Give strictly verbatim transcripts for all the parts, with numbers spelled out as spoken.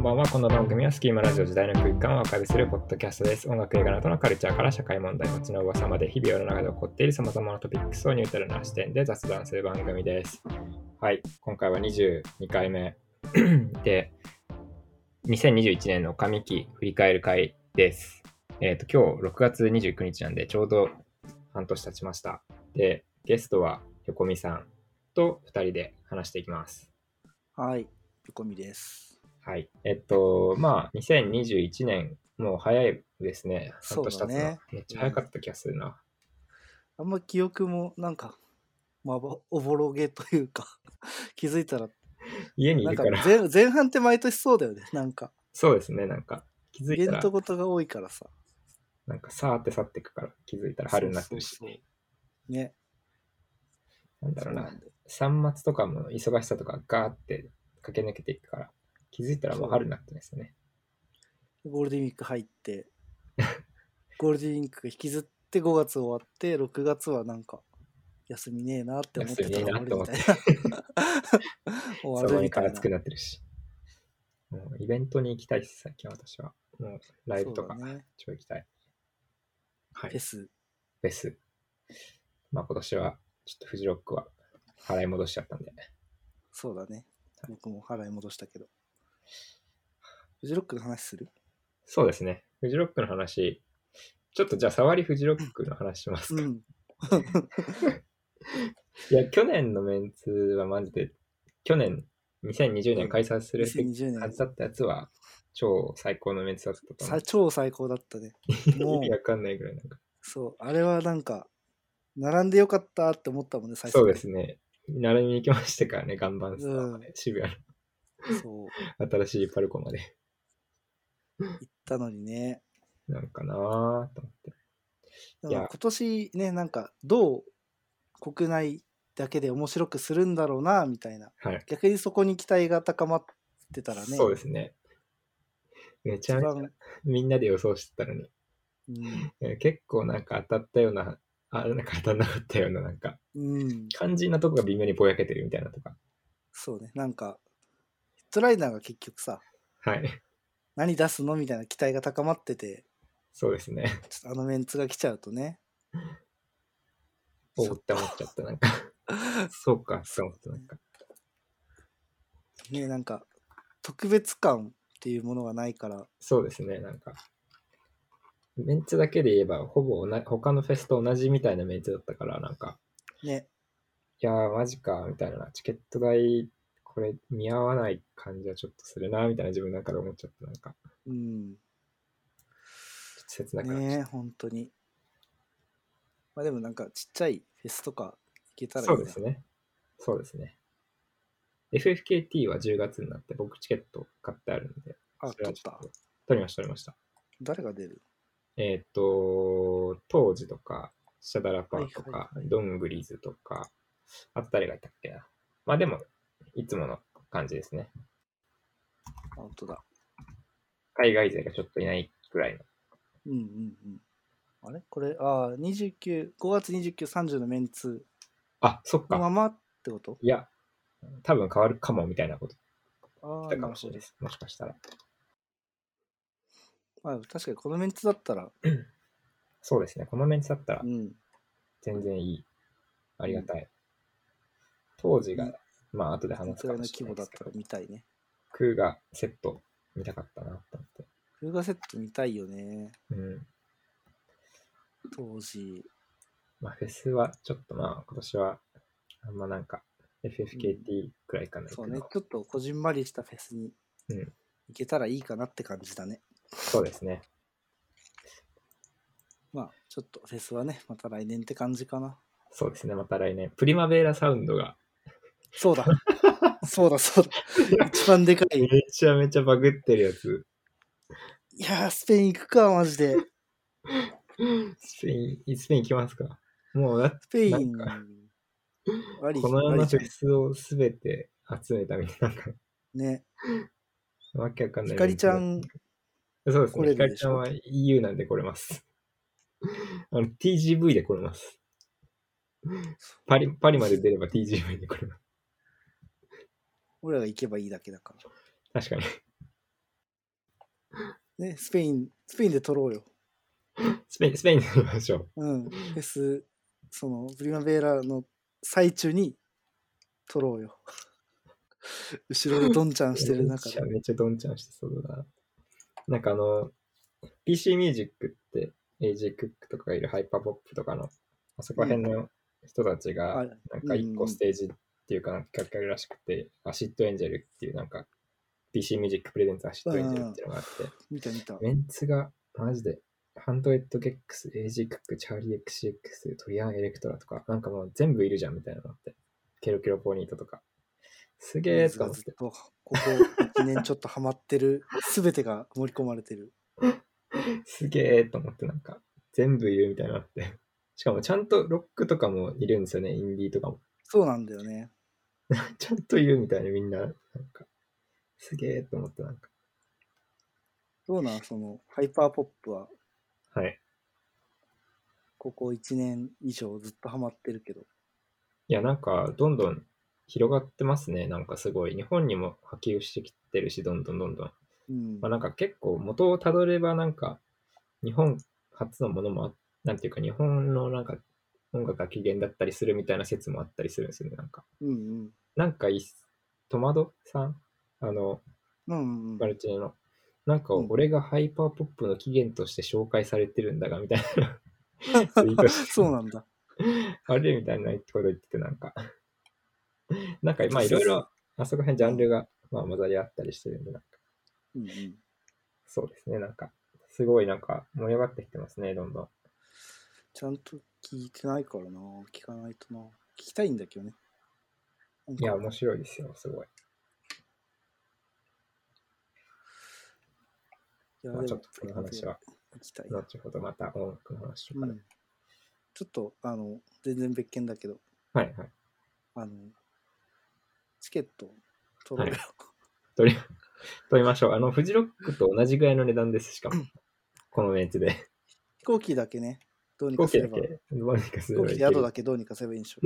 んばんは。この番組はスキーマラジオ時代の空間をアーカイブするポッドキャストです。音楽映画などのカルチャーから社会問題、街の噂まで日々世の中で起こっている様々なトピックスをニュートラルな視点で雑談する番組です。はい、今回はにじゅうにかいめで、にせんにじゅういちねんの上期振り返る回です。えっと、今日ろくがつにじゅうくにちなんでちょうど半年経ちました。で、ゲストは横見さんとふたりで話していきます。 はい、横見です。 はい。えっと、まあ、にせんにじゅういちねん、もう早いですね。半年経つの。ね、めっちゃ早かった気がするな。うん、 あんま記憶もなんか、まあ、おぼろげというか、気づいたら、 家にいるから。 なんか 前, 前半って毎年そうだよね、なんか。 そうですね、なんか、気づいたら。 イベントごとが多いからさ。 なんか、さーって去っていくから、気づいたら春になってるし。 そうそうそうね。 なんだろうな。さん末とかも忙しさとかガーって駆け抜けていくから、気づいたらもう春になってますよね。 ゴールデンウィーク入って、ゴールデンウィークが引きずってごがつ終わって、ろくがつはなんか、休みねえなって思ってたら終わるみたいな。 終わるみたいな。そこにから熱くなってるし。もうイベントに行きたいです、最近私は。もうライブとか、ね、超行きたい。はい。 フェス。 フェス。まあ今年は、ちょっとフジロックは払い戻しちゃったんで。 そうだね。僕も払い戻したけど。フジロックの話する？ そうですね。フジロックの話、ちょっとじゃあ触りフジロックの話しますか。うん、いや、去年のメンツはマジで、去年にせんにじゅうねん開催するはずだったやつは、超最高のメンツだったと思う。 超最高だったね。 もう意味わかんないぐらいなんか。 そう、あれはなんか、並んでよかったって思ったもんね、 最初。そうですね。並びに行きましたからね、岩盤スターまで、うん、渋谷の。そう。新しいパルコまで。 行ったのにね。 なんかなぁと思って。 いや、今年ね、なんか、どう国内だけで面白くするんだろうな、みたいな。はい、逆にそこに期待が高まってたらね。 そうですね。めちゃめちゃみんなで予想してたのに。うん、結構なんか当たったような、あれなんか当たんなかったような、なんか、うん、肝心なとこが微妙にぼやけてるみたいなとか。 そうね、なんか、ヒットライナーが結局さ、 はい。 何出すのみたいな期待が高まってて、 そうですね。 ちょっとあのメンツが来ちゃうとね。 おって思っちゃった、なんか。そうかって思った、なんか。 ね、なんか、特別感っていうものがないから。 そうですね、なんか。メンツだけで言えば、ほぼな他のフェスと同じみたいなメンツだったから、なんか。 ね。 いやー、マジか、みたいな。チケット代、これ見合わない感じはちょっとするな、みたいな自分の中で思っちゃった、なんか。うん。ちょっと切なくなっちゃった。 ねえ、本当に。まあでもなんか、ちっちゃいフェスとか行けたらいいな。そうですね。そうですね。エフエフケーティー はじゅうがつになって僕チケット買ってあるんで。 あ、取った。 取りました、取りました。 誰が出る？ えっと、当時とか、シャダラパーとか、はいはいはい、ドングリーズとか、あと誰がいたっけな。まあでも、いつもの感じですね。 本当だ。 海外勢がちょっといないくらいの。 うんうんうん。あれこれ、ああ、にじゅうく、ごがつにじゅうく、さんじゅうのメンツ。 あ、そっか。 のままってこと？ いや、多分変わるかもみたいなこと。 ああ、 かもしれないです。もしかしたら。 まあ、確かにこのメンツだったら。 そうですね。このメンツだったら、全然いい。うん、ありがたい。うん、当時が、いいまあ、後で話すかもしれないですけど。 規模だったら見たいね。 クーガセット見たかったなと思って。 クーガセット見たいよね。 うん。 当時。 まあ、フェスはちょっとまあ、今年は、あんまなんか、エフエフケーティー くらいかな、うん。 そうね、ちょっとこじんまりしたフェスに行けたらいいかなって感じだね。 うん、そうですね。 まあ、ちょっとフェスはね、また来年って感じかな。 そうですね、また来年。プリマベーラサウンドが。 そうだ。そうだ、そうだ。一番でかい。 めちゃめちゃバグってるやつ。 いやー、スペイン行くか、マジで。 スペイン、スペイン行きますか。もうだって、 スペイン、 この世のフェスをすべて集めたみたいな。ね。わけわかんない。 ひかりちゃん、 そうですね。ひかりちゃんは イーユー なんで来れます。あの ティージーブイ で来れます。パリ、パリまで出れば ティージーブイ で来れます。 俺らが行けばいいだけだから。 確かに。 ね、スペイン、スペインで撮ろうよ。 スペイン、スペインで撮りましょう。うん。フェス、その、プリマベーラの最中に撮ろうよ。後ろでドンちゃんしてる中で。 めっちゃ、めっちゃドンちゃんしてそうだな。なんかあの、ピーシー ミュージックって、エイジー クックとかがいるハイパーポップとかの、あそこら辺の人たちが、なんか一個ステージっていうかなんか企画あるらしくて、アシッドエンジェルっていうなんか、ピーシー ミュージックプレゼンツアシッドエンジェルっていうのがあって、 見た見た。 メンツがマジで、ハンドレッドゲックス、エイジークック、チャーリー エックスシーエックス、トリアンエレクトラとか、なんかもう全部いるじゃんみたいなのって。ケロケロポニートとか。すげえと思って。 ここいちねんちょっとハマってる、すべてが盛り込まれてる。 すげえと思って、なんか、全部いるみたいになって。しかもちゃんとロックとかもいるんですよね、インディーとかも。 そうなんだよね。 ちゃんといるみたいな、みんな、なんか、すげえと思って、なんか。 どうなん、その、ハイパーポップは。 はい。 ここいちねん以上ずっとハマってるけど。 いや、なんか、どんどん広がってますね。なんかすごい。日本にも波及してきてるし、どんどんどんどん。うん、まあなんか結構元をたどればなんか、日本初のものも、なんていうか日本のなんか音楽が起源だったりするみたいな説もあったりするんですよね、なんか。 うんうん、 なんかい、トマドさんあの、 うんうん、 マルチネの。なんか俺がハイパーポップの起源として紹介されてるんだが、みたいなツイートして。 そうなんだ。 あれみたいなこと言ってて、なんか。なんか、まあいろいろ、あそこら辺ジャンルが、まあ混ざり合ったりしてるんで、なんか。 うんうん、 そうですね、なんか、すごいなんか盛り上がってきてますね、どんどん。 ちゃんと聞いてないからな、聞かないとな。聞きたいんだけどね。 いや、面白いですよ、すごい。いや、まあ、ちょっとこの話は、後ほどまた音楽の話とかね、うん。 ちょっと、あの、全然別件だけど。 はいはい。 あの、チケット取ろうよ。はい、 取り、取りましょう。あの、フジロックと同じぐらいの値段です、しかも。このメンツで。 飛行機だけね、どうにかすれば。飛行機だけ、飛行機で宿だけどうにかすればいいんでしょ。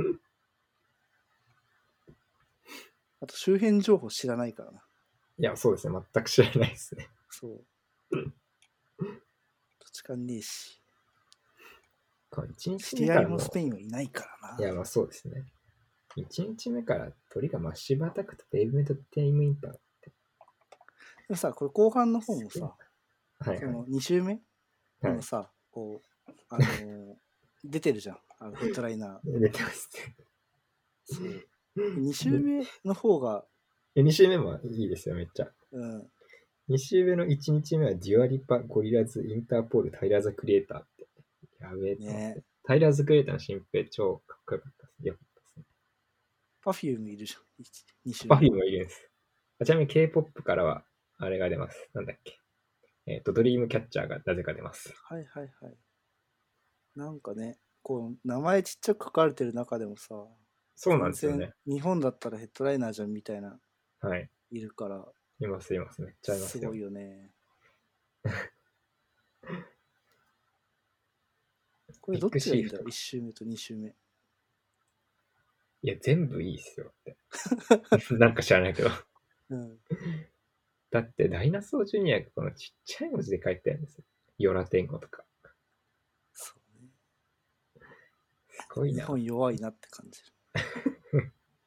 あと周辺情報知らないからな。 いや、そうですね。全く知らないですね。 そう。土地勘ねえし。 一日知り合いもスペインはいないからな。 いや、まあそうですね。一日目から鳥がマッシブアタックとペイブメントテイムインターって。 でもさ、これ後半の方もさ、 はいはい、 そのに週目でもさ、はい、こう、あのー、出てるじゃん。あのヘッドライナー。出てますね。 そう。に週目の方が。 に週目もいいですよ、めっちゃ。 うん。 に週目のいちにちめはデュアリパ、ゴリラズ、インターポール、タイラーズ・クリエイターって。やべえと思って、ね。タイラーズ・クリエイターの新兵超かっこよかったです。よかったですね。 パフュームいるじゃん。に週目。 パフュームもいるんです。ちなみに K-ポップ からは、あれが出ます。なんだっけ。えっ、ー、と、ドリームキャッチャーがなぜか出ます。 はいはいはい。なんかね、こう、名前ちっちゃく書かれてる中でもさ、 そうなんですよね。 日本だったらヘッドライナーじゃんみたいな、 はい。 いるから。 います、います。めっちゃいますよ。 すごいよね。これどっちがいいんだろう ?いち 週目とに週目。 いや、全部いいっすよって。なんか知らないけど。うん、だって、ダイナソージュニアがこのちっちゃい文字で書いてあるんですよ。ヨラテンゴとか。 そうね。 すごいな。 日本弱いなって感じる。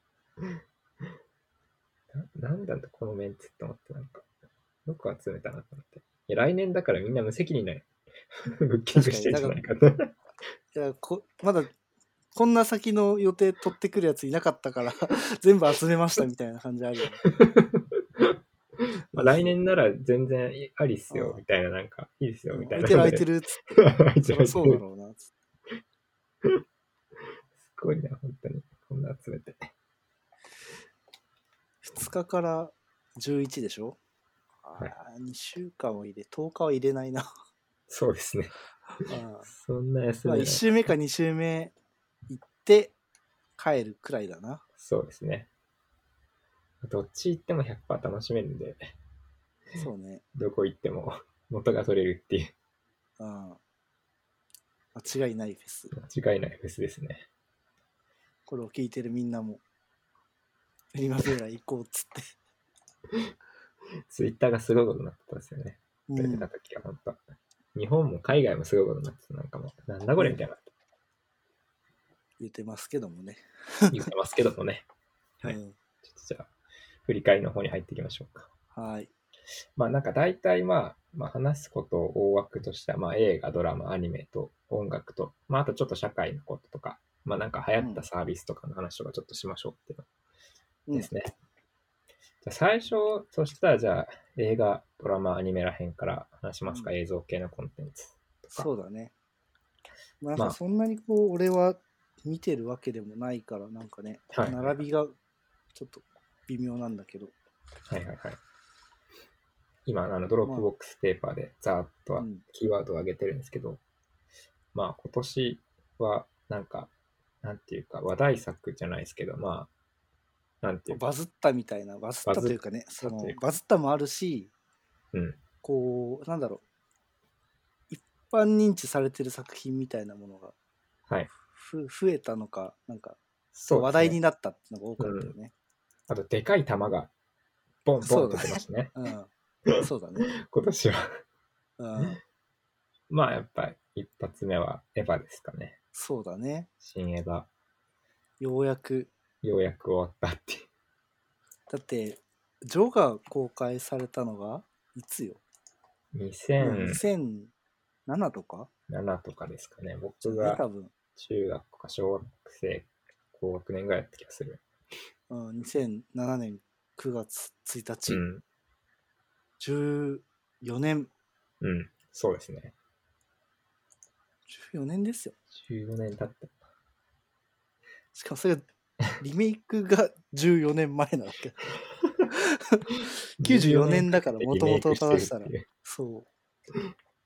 な, なんだろう、このメンツって思って、なんか、よく集めたなと思って。いや、来年だからみんな無責任なブッキングしてるんじゃないかと。いやこまだこんな先の予定取ってくるやついなかったから全部集めましたみたいな感じあるよね。 まあ来年なら全然ありっすよみたいな、なんかいいっすよみたいな。 空いてる空いてるっつって。そりゃそうだろうなっつって。 すごいな、本当に。こんな集めて。 ふつかからじゅういちでしょ、はい、あにしゅうかんを入れ、とおかは入れないな。 そうですね。あそんな休みまあいち週目かに週目行って帰るくらいだな。 そうですね。どっち行っても ひゃくパーセント 楽しめるんで。 そうね。 どこ行っても元が取れるっていう。 ああ、間違いないフェス。 間違いないフェスですね。 これを聞いてるみんなもプリマベーラ行こうっつって。 ツイッターがすごいことになってたんですよね。 出た時は本当、うん、日本も海外もすごいことになってた。なんかもう、なんだこれみたいな。 言ってますけどもね。 言ってますけどもね。はい。うん、ちょっとじゃあ、振り返りの方に入っていきましょうか。 はい。 まあなんか大体まあ、まあ話すことを大枠としては、まあ映画、ドラマ、アニメと音楽と、まああとちょっと社会のこととか、まあなんか流行ったサービスとかの話とかちょっとしましょうっていうのですね。うん、じゃあ最初、そしたらじゃあ映画、ドラマ、アニメらへんから話しますか、うん、映像系のコンテンツとか。 そうだね。まあなんかそんなにこう、まあ、俺は見てるわけでもないからなんかね、はいはいはい、並びがちょっと微妙なんだけど。 はいはいはい。今、あのドロップボックスペーパーでざーっとキーワードを上げてるんですけど、まあ、まあ今年はなんか、なんていうか話題作じゃないですけど、まあ、なんていうか。 バズったみたいな、バズったというかね、そのバズったもあるし、 うん、 こう、なんだろう、一般認知されてる作品みたいなものが、 はい、 ふ増えたのか、なんか、そう、ね、話題になったっていうのが多かったよね。 うん、あと、でかい球がボンボンって出ましたね。 うん、そうだね。 今年はうん。 まあ、やっぱり一発目はエヴァですかね。 そうだね。 新エヴァ。 ようやく。 ようやく終わったって。 だって、ジョーが公開されたのがいつよ ?にせんなな とか ? なな とかですかね。僕が中学か小学生、高学年ぐらいだった気がする。 うん、にせんななねんくがつついたち。うん、じゅうよねん。 うん、そうですね。 じゅうよねんですよ。 じゅうよねん経った。 しかもそれリメイクがじゅうよねんまえなわけ。きゅうじゅうよねんだからもともと正したら。そう。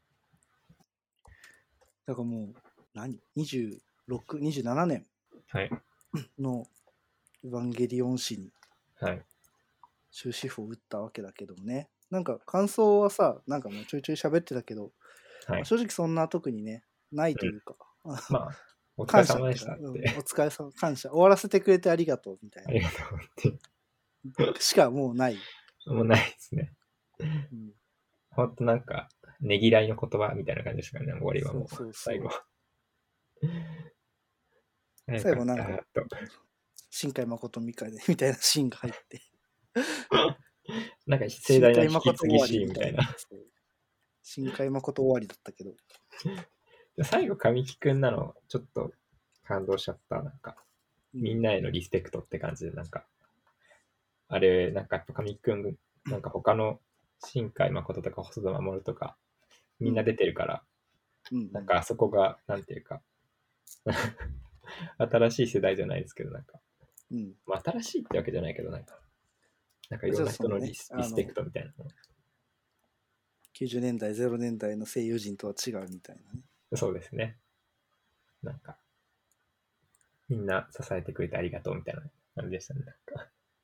だからもう何 ?にじゅうろく、にじゅうななねんのエヴァンゲリオン誌に終止符を打ったわけだけどもね。なんか感想はさ、なんかもうちょいちょい喋ってたけど、はい、まあ、正直そんな特にね、ないというか。 うん、まあ、お疲れ様でしたって、うん。お疲れ様、感謝。終わらせてくれてありがとうみたいな。 ありがとうって。 しかもうない。 もうないですね。うん、ほんとなんか、ねぎらいの言葉みたいな感じですからね、終わりはもう、そうそうそう最後。 最後なんか、新海誠みたいなシーンが入って。 なんか盛大な引き継ぎシーンみたいな。 新海誠終わりだったけど。 最後、神木くんなの、ちょっと感動しちゃった。なんか、みんなへのリスペクトって感じで、なんか、あれ、なんかやっぱ神木くん、なんか他の新海誠とか細田守とか、みんな出てるから、うん、なんかあそこが、なんていうか、新しい世代じゃないですけど、なんか、うん、まあ新しいってわけじゃないけど、なんか、なんかいろんな人のリス、ね、リスペクトみたいなの。 きゅうじゅうねんだい、ゼロねんだいの声優陣とは違うみたいなね。 そうですね。なんか、みんな支えてくれてありがとうみたいな感じでしたね。なんか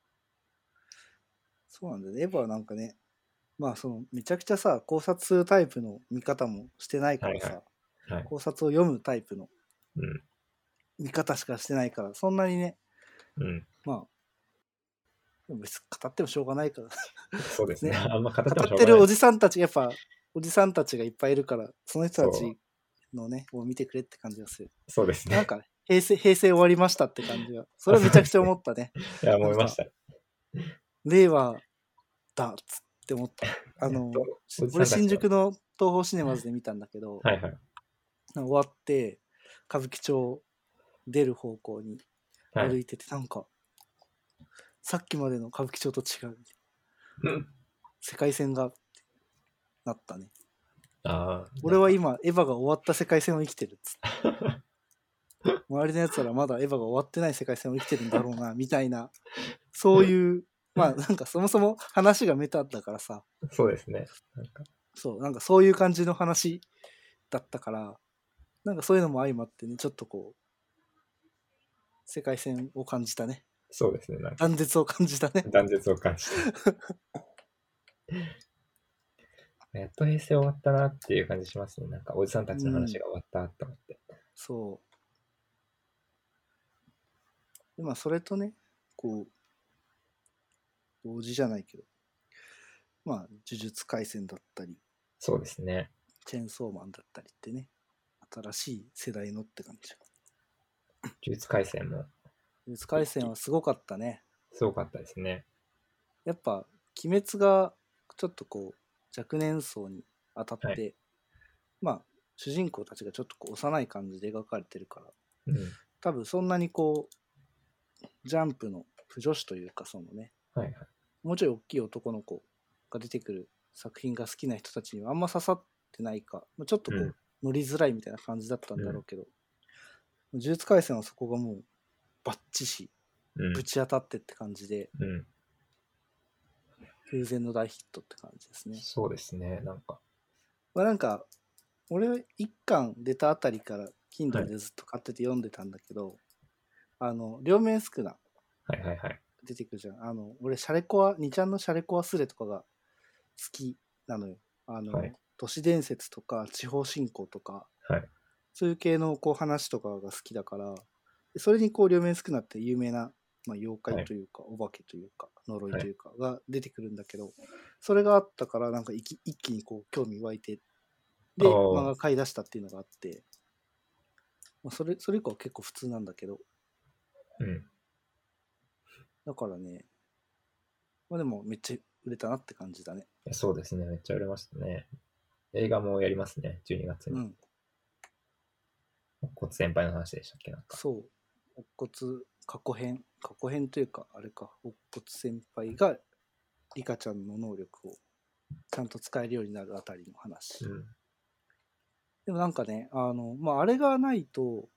そうなんだよね。エヴァはなんかね、まあそのめちゃくちゃさ、考察するタイプの見方もしてないからさ、はいはいはい、考察を読むタイプの見方しかしてないから、そんなにね、 うん、 まあ、別に語ってもしょうがないから。 そうですね。ねあんま語ってもしょうがない。 語ってるおじさんたち、やっぱ、おじさんたちがいっぱいいるから、その人たちのね、を見てくれって感じがする。 そうですね。 なんか、平成、平成終わりましたって感じは。それはめちゃくちゃ思ったね。 いや、思いました。 令和だっつって思った。あの、俺新宿の東宝シネマズで見たんだけど、 はいはい、 終わって、歌舞伎町出る方向に歩いてて、はい、なんか、さっきまでの歌舞伎町と違う。うん、世界線がなったね。 あ俺は今、エヴァが終わった世界線を生きてるっつって。周りのやつらまだエヴァが終わってない世界線を生きてるんだろうな、みたいな、そういう、まあなんかそもそも話がメタだからさ。 そうですね。なんかそう、なんかそういう感じの話だったから、なんかそういうのも相まってね、ちょっとこう、世界線を感じたね。 そうですね。なんか断絶を感じたね。 断絶を感じた。やっと平成終わったなっていう感じしますね。なんかおじさんたちの話が終わったと思って。 うん、そう。でまあそれとね、こう、同時じゃないけど、まあ呪術廻戦だったり、 そうですね。 チェーンソーマンだったりってね、新しい世代のって感じ。 呪術廻戦も。 呪術廻戦はすごかったね。 すごかったですね。 やっぱ、鬼滅がちょっとこう、若年層に当たって、はい、まあ、主人公たちがちょっとこう幼い感じで描かれてるから、 うん、 多分そんなにこう、ジャンプの不女子というか、そのね、 はいはい、 もうちょい大きい男の子が出てくる作品が好きな人たちにはあんま刺さってないか、ちょっとこう、うん、乗りづらいみたいな感じだったんだろうけど、うん、呪術廻戦はそこがもうバッチし、うん、ぶち当たってって感じで、うん、空前の大ヒットって感じですね。 そうですね、なんか。 まあなんか、俺はいっかん出たあたりから Kindle でずっと買ってて読んでたんだけど、はい、あの、両面宿儺出てくるじゃん。あの、俺、シャレコア、にちゃんのシャレコアスレとかが好きなのよ。あの、はい、都市伝説とか地方信仰とか、 はい、 そういう系のこう話とかが好きだから、それにこう両面宿儺って有名な、まあ、妖怪というか、はい、お化けというか呪いというかが出てくるんだけど、はい、それがあったからなんか一気にこう興味湧いて、で漫画買い出したっていうのがあって、まあ、それそれ以降は結構普通なんだけど、 うん、 だからね、まあ、でもめっちゃ売れたなって感じだね。 いやそうですね、めっちゃ売れましたね。映画もやりますね、じゅうにがつに。うん。乙骨先輩の話でしたっけ、なんか。 そう。乙骨過去編。過去編というか、あれか、乙骨先輩がリカちゃんの能力をちゃんと使えるようになるあたりの話。うん、でもなんかね、あの、まあ、あれがないと、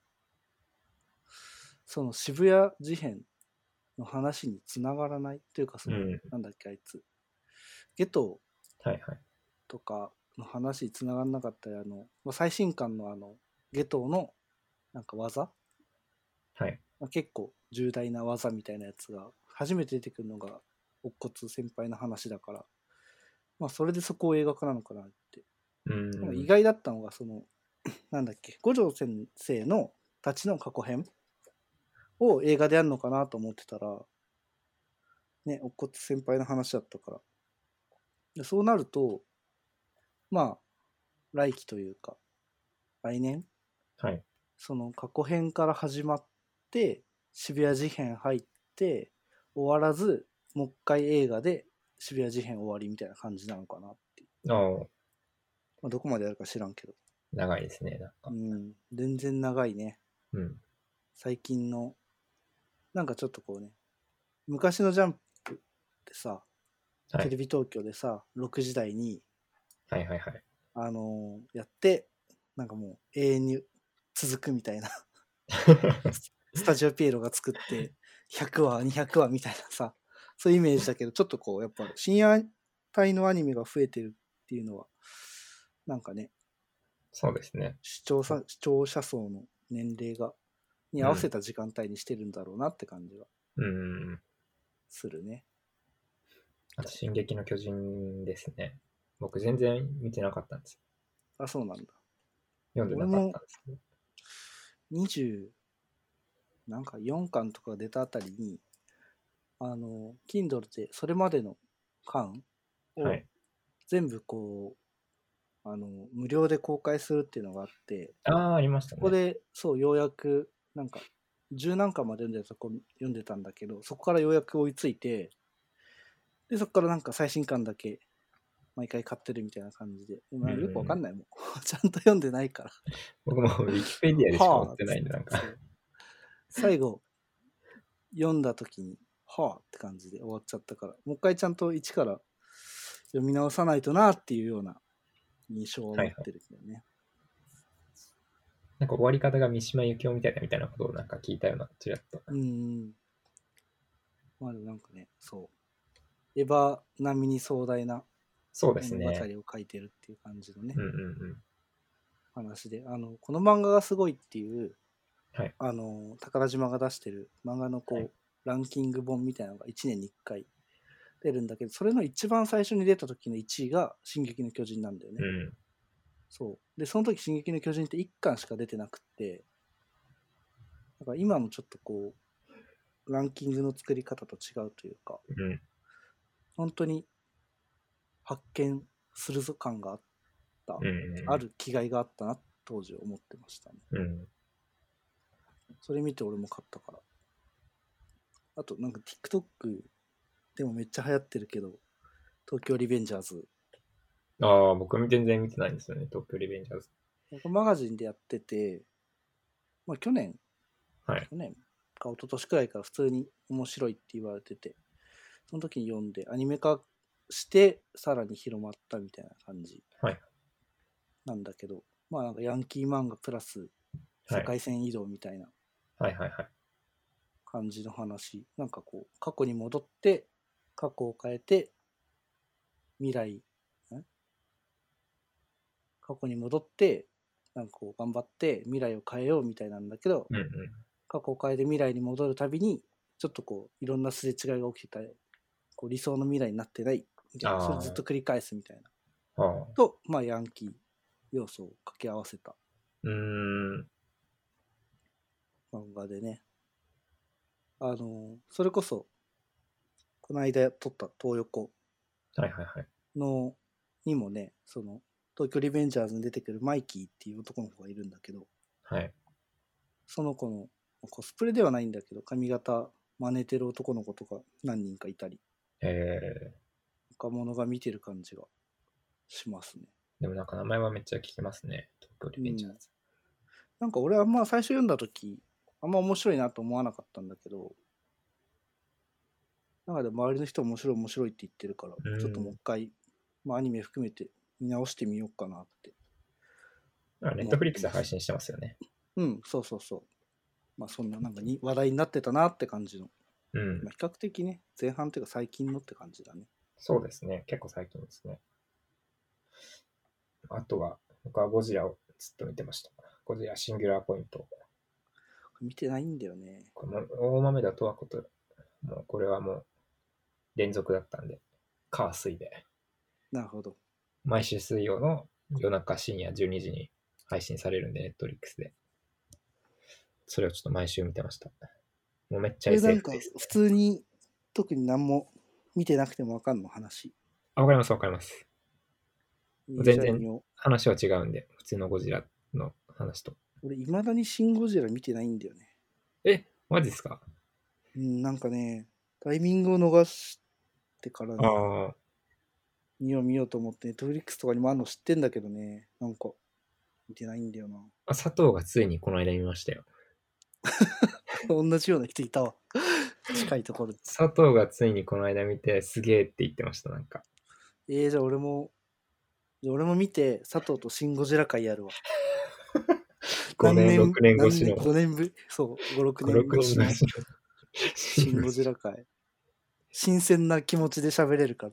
その渋谷事変の話につながらないというか、その、うん、なんだっけ、あいつ。ゲトとかの話につながらなかったり、あの、まあ、最新刊のあの、ゲトのなんか技、 はいまあ、結構重大な技みたいなやつが初めて出てくるのが乙骨先輩の話だから、まあ、それでそこを映画化なのかなって。うん、意外だったのがそのなんだっけ、五条先生のたちの過去編を映画でやるのかなと思ってたら、ね、乙骨先輩の話だったから、でそうなるとまあ来期というか来年、 はい、 その過去編から始まって渋谷事変入って終わらずもう一回映画で渋谷事変終わりみたいな感じなのかなっていう。あ、まあ、どこまでやるか知らんけど。 長いですね、なんか。 うん、全然長いね。 うん。 最近のなんかちょっとこうね、昔のジャンプってさ、はい、テレビ東京でさろくじ台にはいはいはいあのー、やってなんかもう永遠に続くみたいなスタジオピエロが作ってひゃくわにひゃくわみたいなさ、そういうイメージだけど、ちょっとこうやっぱ深夜帯のアニメが増えてるっていうのはなんかね、 そうですね、 視聴者視聴者層の年齢がに合わせた時間帯にしてるんだろうなって感じがするね。 うん、あと進撃の巨人ですね。僕全然見てなかったんですよ。 あ、そうなんだ。 読んでなかったんですけど。 にじゅうなんかよんかんとか出たあたりに、あの Kindle でそれまでの巻を全部こう、はい、あの無料で公開するっていうのがあって、 ああ、ありましたね。 そこでそうようやくなんか十何巻まで読んでたとこ読んでたんだけど、そこからようやく追いついて、でそこからなんか最新巻だけ毎回買ってるみたいな感じで、まあ、よくわかんないもんちゃんと読んでないから僕もウィキペディアでしか追ってないんで、なんか最後読んだ時にはあって感じで終わっちゃったから、もう一回ちゃんと一から読み直さないとなっていうような印象を持ってるけどね、はいはい、 なんか終わり方が三島由紀夫みたいなみたいなことをなんか聞いたような、ちらっと。 うん。まあでもなんかね、そう。エヴァ並みに壮大な物語を書いてるっていう感じのね、 うんうんうん、 話で、あの、この漫画がすごいっていう、 はい、 あの、宝島が出してる漫画のこう、はい、ランキング本みたいなのがいちねんにいっかい出るんだけど、それの一番最初に出た時のいちいが進撃の巨人なんだよね。うん、そう。で、その時進撃の巨人っていっかんしか出てなくって、だから今のちょっとこう、ランキングの作り方と違うというか、 うん、 本当に発見するぞ感がた、 うんうん、 ある気概があったな当時思ってましたね、 うん、 それ見て俺も買ったから。あとなんか TikTok でもめっちゃ流行ってるけど、東京リベンジャーズ。 ああ、僕全然見てないんですよね、東京リベンジャーズ。 なんかマガジンでやってて、まあ去年、 はい。 去年か一昨年くらいから普通に面白いって言われてて、その時に読んでアニメ化してさらに広まったみたいな感じなんだけど、 はい、 まあなんかヤンキー漫画プラス世界線移動みたいな感じの話、はいはいはい、なんかこう過去に戻って過去を変えて未来、ん過去に戻ってなんかこう頑張って未来を変えようみたいなんだけど、 うんうん、 過去を変えて未来に戻るたびにちょっとこういろんなすれ違いが起きてたり、こう理想の未来になってないみたいな、それずっと繰り返すみたいなと、まあヤンキー要素を掛け合わせたうーん漫画でね、あのそれこそこの間撮った東横のにもね、その東京リベンジャーズに出てくるマイキーっていう男の子がいるんだけど、 はい、 その子のコスプレではないんだけど髪型真似てる男の子とか何人かいたり、 えー、 若者が見てる感じがしますね。 でもなんか名前はめっちゃ聞きますね、東京リベンジャーズ、うん、 なんか俺はまあ最初読んだ時あんま面白いなと思わなかったんだけど、なんかで周りの人面白い面白いって言ってるから、うん、ちょっともう一回、まあ、アニメ含めて見直してみようかなって。 ネットフリックスで配信してますよね。 うん、そうそうそう。まあそんななんかに話題になってたなって感じの。 うん。 まあ、比較的ね、前半というか最近のって感じだね。 そうですね、結構最近ですね。あとは、僕はゴジラをずっと見てました。ゴジラシンギュラーポイント。 見てないんだよね。 この大豆田とはこと、もうこれはもう連続だったんで、火水で。 なるほど。 毎週水曜の夜中深夜じゅうにじに配信されるんで、ネットリックスで。それをちょっと毎週見てました。もうめっちゃ エスエフ です、ね。 普通に、特に何も見てなくても分かんの話。 あ、わかります、わかります。全然話は違うんで、普通のゴジラの話と。 俺、いまだにシン・ゴジラ見てないんだよね。 え、マジですか？ うん、なんかね、タイミングを逃してからね、 あ見よう見ようと思って、ネットフリックスとかにもあるの知ってんだけどね、なんか、見てないんだよな。 あ、佐藤がついにこの間見ましたよ。 同じような人いたわ。近いところで。 佐藤がついにこの間見て、すげえって言ってました、なんか。 えー、じゃあ俺も、俺も見て、佐藤とシン・ゴジラ会やるわ。 ごねん、ろくねん越しの。 ごねんぶり、そう、ご、ろくねん越しのシン・ゴジラ会。新鮮な気持ちで喋れるから。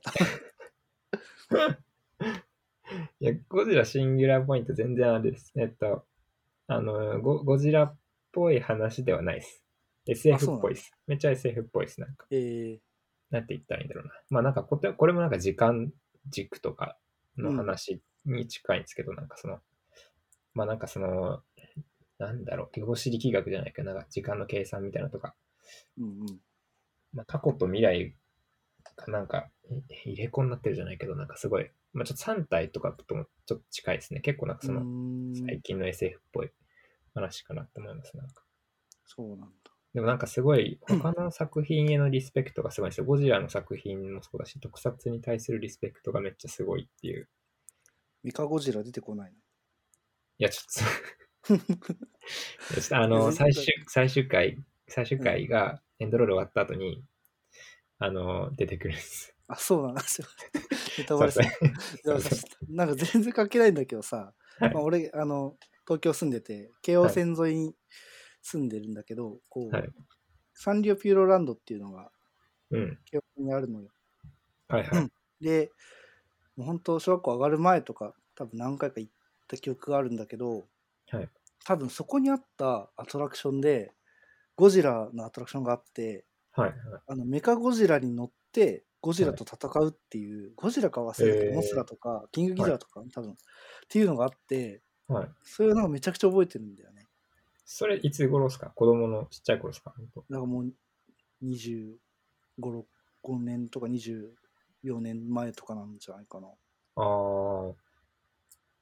いや、ゴジラシンギュラーポイント全然あれです。えっと、あの、ゴゴジラっぽい話ではないです。エスエフ っぽいです。めっちゃ エスエフ っぽいです。なんか。 えー、 なんて言ったらいいんだろうな。まあなんかこれ、これもなんか時間軸とかの話に近いんですけど、うん、なんかその、まあなんかその、なんだろう、量子力学じゃないかな、なんか時間の計算みたいなとか、 うんうん、 まあ過去と未来がなんか入れ子になってるじゃないけど、なんかすごい、まあちょっとさん体とかともちょっと近いですね。結構なんかその、最近の エスエフ っぽい話かなって思います。なんか。 そうなんだ。 でもなんかすごい、他の作品へのリスペクトがすごいんですよ。ゴジラの作品もそうだし、特撮に対するリスペクトがめっちゃすごいっていう。 ミカゴジラ出てこないの？いや、ちょっと、ちょっとあの、最終、最終回、最終回がエンドロール終わった後に、うん、あの、出てくるんです。 あ、そうなんですよ。ネタバレする。なんか全然関係ないんだけどさ、はい、まあ、俺、あの、東京住んでて、京王線沿いに住んでるんだけど、はい、こう、はい、サンリオピューロランドっていうのが、京王にあるのよ。 はいはい。 で、もう本当、小学校上がる前とか、多分何回か行った記憶があるんだけど、 はい、 多分そこにあったアトラクションで、ゴジラのアトラクションがあって、 はいはい、 あのメカゴジラに乗ってゴジラと戦うっていう、はい、ゴジラか忘れたけど、えー、モスラとかキングギドラとか、はい、多分っていうのがあって、はい、それをなんかめちゃくちゃ覚えてるんだよね。 それいつ頃ですか？子供のちっちゃい頃ですか？ なんかもうにじゅうご、ろく、ごねんとかにじゅうよねんまえとかなんじゃないかな。 ああ。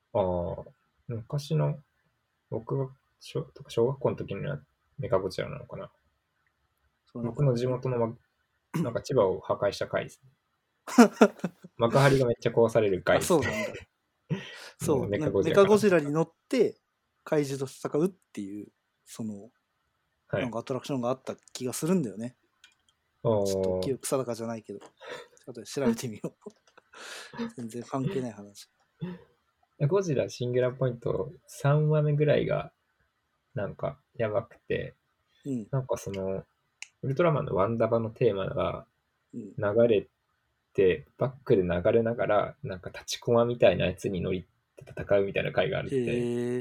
ああ、昔の、僕が小とか小学校の時にはメカゴジラなのかな。僕の地元の、なんか千葉を破壊した回ですね。幕張がめっちゃ壊される回ですね。 あ、そうなんだ。そう、 メカゴジラ。メカゴジラに乗って怪獣と戦うっていう、その、はい、なんかアトラクションがあった気がするんだよね。ちょっと記憶定かじゃないけど、ちょっと調べてみよう。全然関係ない話。 ゴジラシンギュラーポイントさんわめぐらいがなんかやばくて、うん、なんかそのウルトラマンのワンダバのテーマが流れて、うん、バックで流れながらなんか立ちコマみたいなやつに乗りって戦うみたいな回があるって。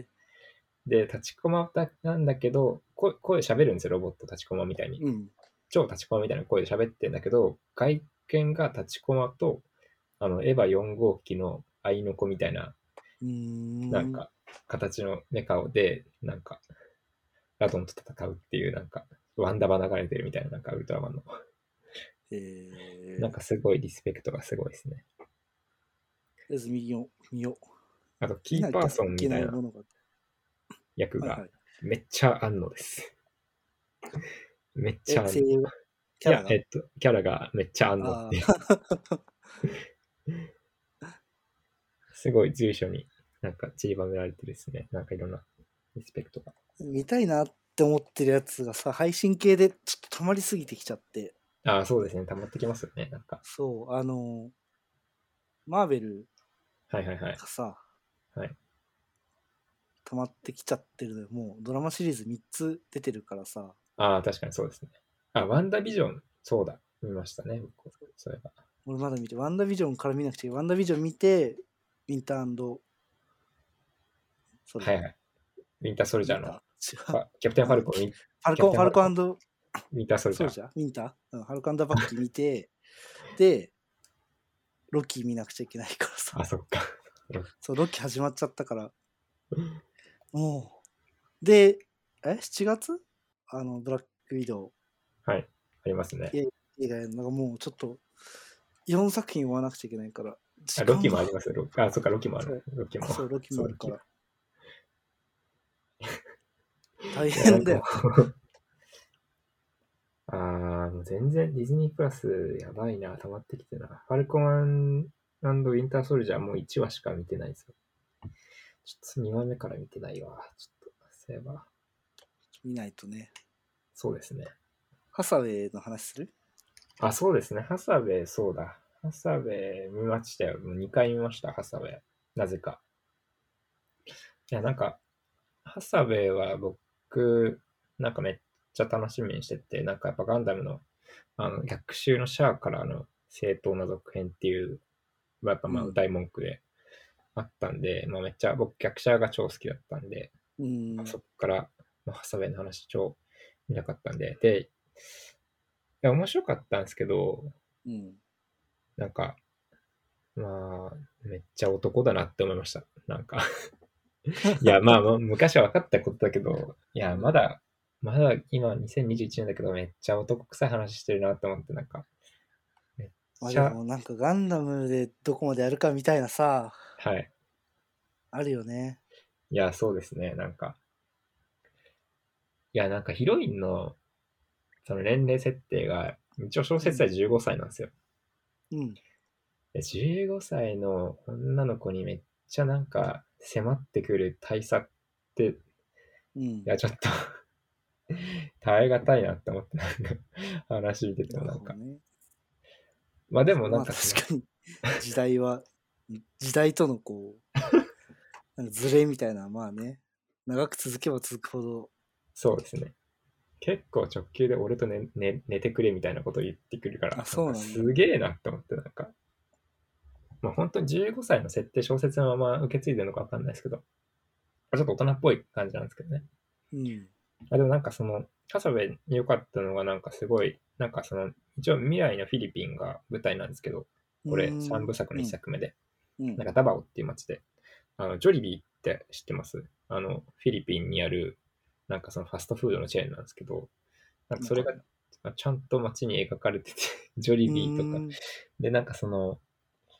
で、立ちコマなんだけど、声喋るんですよ、ロボット立ちコマみたいに。うん、超立ちコマみたいな声で喋ってんだけど、外見が立ちコマと、あの、エヴァよん号機のアイノコみたいな、んなんか、形のメカオで、なんか、ラドンと戦うっていう、なんか、ワンダバ流れてるみたいな、なんか、ウルトラマンの。えー、なんかすごいリスペクトがすごいですね。 とりあえず見よう、見よう。 あと、キーパーソンみたいな役がめっちゃあんのです。めっちゃあんの。いや、えっと、キャラがめっちゃあんのっていう。すごい随所になんか散りばめられてですね、なんかいろんなリスペクトが。 見たいなって思ってるやつがさ、配信系でちょっと溜まりすぎてきちゃって。 ああ、そうですね、溜まってきますよね、なんか。 そう、あの、マーベルはいはいはい。 がさ、 はい。 溜まってきちゃってるのよ。もうドラマシリーズみっつ出てるからさ。 ああ、確かにそうですね。あ、ワンダービジョン、そうだ、見ましたね、僕、そういえば。 俺まだ見て、ワンダービジョンから見なくちゃいけない。ワンダービジョン見て、ウィンターそれ。はいはい。ウィンターソルジャーの。キャプテンファルコン。ファルコン、ファルコンウィンターソルジャー。 ソルジャーウィンター、うん、ファルコンバッキー見て、で、ロキ見なくちゃいけないからさ。 あ、そっか。 そう、ロキ始まっちゃったから。もう。で、え ?しち 月あの、ブラックウィドウ。 はい。ありますね。 映画なんかもうちょっと、よんさく品追わなくちゃいけないから。 あ、ロキもありますよ。あ、そっか、ロキもある。ロキも。 そう、ロキもあるから。大変だよ。 ああ、もう全然ディズニープラスやばいな、溜まってきてな。ファルコン&ウィンターソルジャーもういちわしか見てないですよ。ちょっとにわめから見てないわ。ちょっと、そういえば。 見ないとね。 そうですね。 ハサウェイの話する？ あ、そうですね。ハサウェイ、そうだ。ハサウェイ見ましたよ。もうにかい見ました、ハサウェイ。なぜか。いや、なんか、ハサウェイは僕、なんかめっちゃ楽しみにしてて、なんかやっぱガンダムの、あの、逆襲のシャアからの正当な続編っていう、やっぱまあ大文句であったんで、うん、まあめっちゃ僕逆シャアが超好きだったんで、うん、まあ、そこから、まあ、ハサウェイの話超見なかったんで、で、いや、面白かったんですけど、うん、なんか、まあ、めっちゃ男だなって思いました。なんかいや、まあ、まあ、昔は分かったことだけど、いや、まだ、まだ今にせんにじゅういちねんだけど、めっちゃ男臭い話してるなって思って、なんか、 めっちゃ。まあでもなんかガンダムでどこまでやるかみたいなさ、 はい。 あるよね。 いや、そうですね、なんか。いや、なんかヒロインの、その年齢設定が、一応小説はじゅうごさいなんですよ。うん。じゅうごさいの女の子にめっちゃなんか迫ってくる大佐って、うん、いや、ちょっと耐え難いなって思って、なんか話見ててもなんか。ね、まあでもなんか、 まあ、確かに時代は、時代とのこう、なんかズレみたいな、まあね、長く続けば続くほど。 そうですね。結構直球で俺と寝、寝、寝てくれみたいなこと言ってくるから、 あ、そうなんだ。 すげえなって思って、なんか。まあ本当にじゅうごさいの設定小説のまま受け継いでるのかわかんないですけど、ちょっと大人っぽい感じなんですけどね。うん。あでもなんかその、ハサウェイに良かったのがなんかすごい、なんかその、一応未来のフィリピンが舞台なんですけど、これさんぶさくのいっさくめで、うん、なんかダバオっていう街で、あの、ジョリビーって知ってます？あの、フィリピンにある、なんかそのファストフードのチェーンなんですけど、なんかそれがちゃんと街に描かれてて、ジョリビーとか、で、なんかその、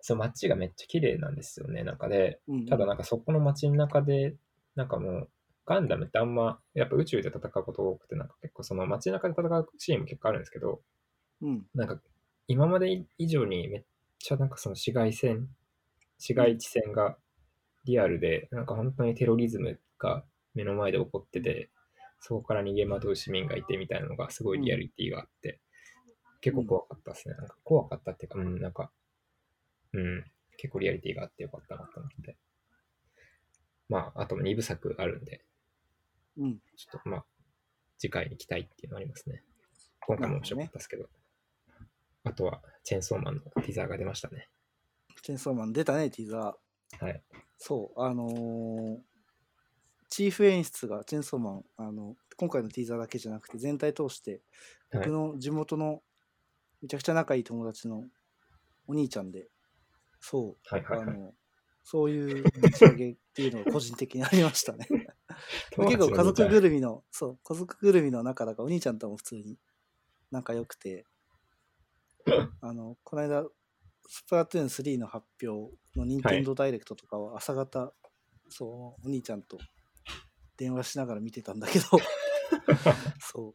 そう街がめっちゃ綺麗なんですよね。なんかで、うんうん、ただなんかそこの街の中で、なんかもう、ガンダムってあんま、やっぱ宇宙で戦うこと多くて、なんか結構その街中で戦うシーンも結構あるんですけど、 うん、 なんか今まで以上にめっちゃなんかその市街戦、市街地戦がリアルで、うん、なんか本当にテロリズムが目の前で起こってて、そこから逃げ惑う市民がいてみたいなのがすごいリアリティがあって、うん、結構怖かったですね。なんか怖かったっていうか、うん、なんか、うん、結構リアリティがあってよかったなと思って。まあ、あとにぶさくあるんで、 うん、 ちょっとまあ、次回に期待っていうのはありますね。今回も面白かったですけど。どね、あとは、チェーンソーマンのティザーが出ましたね。 チェーンソーマン出たね、ティザー。はい。 そう、あのー、チーフ演出がチェーンソーマン、あの、今回のティザーだけじゃなくて、全体通して、僕の地元のめちゃくちゃ仲いい友達のお兄ちゃんで、そう、 はいはいはい、 あの、そういうぶち上げっていうのが個人的にありましたね。結構家族ぐるみの、そう、家族ぐるみの中だから、お兄ちゃんとも普通に仲良くて、あの、この間、スプラトゥーンスリーの発表の任天堂ダイレクトとかは朝方、はい、そう、お兄ちゃんと電話しながら見てたんだけど、そう、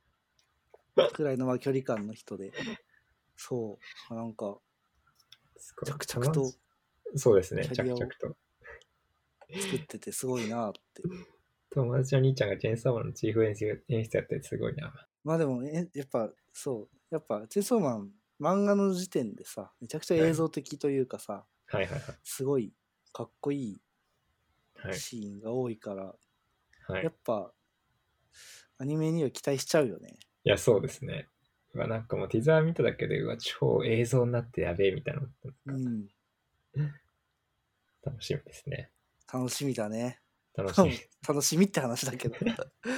くらいのまあ距離感の人で、そう、なんか、着々と、 そうですね、着々と作っててすごいなって。 友達の兄ちゃんがチェーンソーマンのチーフ演出演出やってすごいな。 まあでも、えやっぱそう、やっぱチェーンソーマン、漫画の時点でさ、めちゃくちゃ映像的というかさ、 はい、はいはいはい、 すごいかっこいいシーンが多いから、はい、やっぱアニメには期待しちゃうよね。 いや、そうですね。うわ、なんかもうティザー見ただけで、うわ、超映像になってやべえみたいな。うん。楽しみですね。 楽しみだね。 楽しみ。 楽しみって話だけど。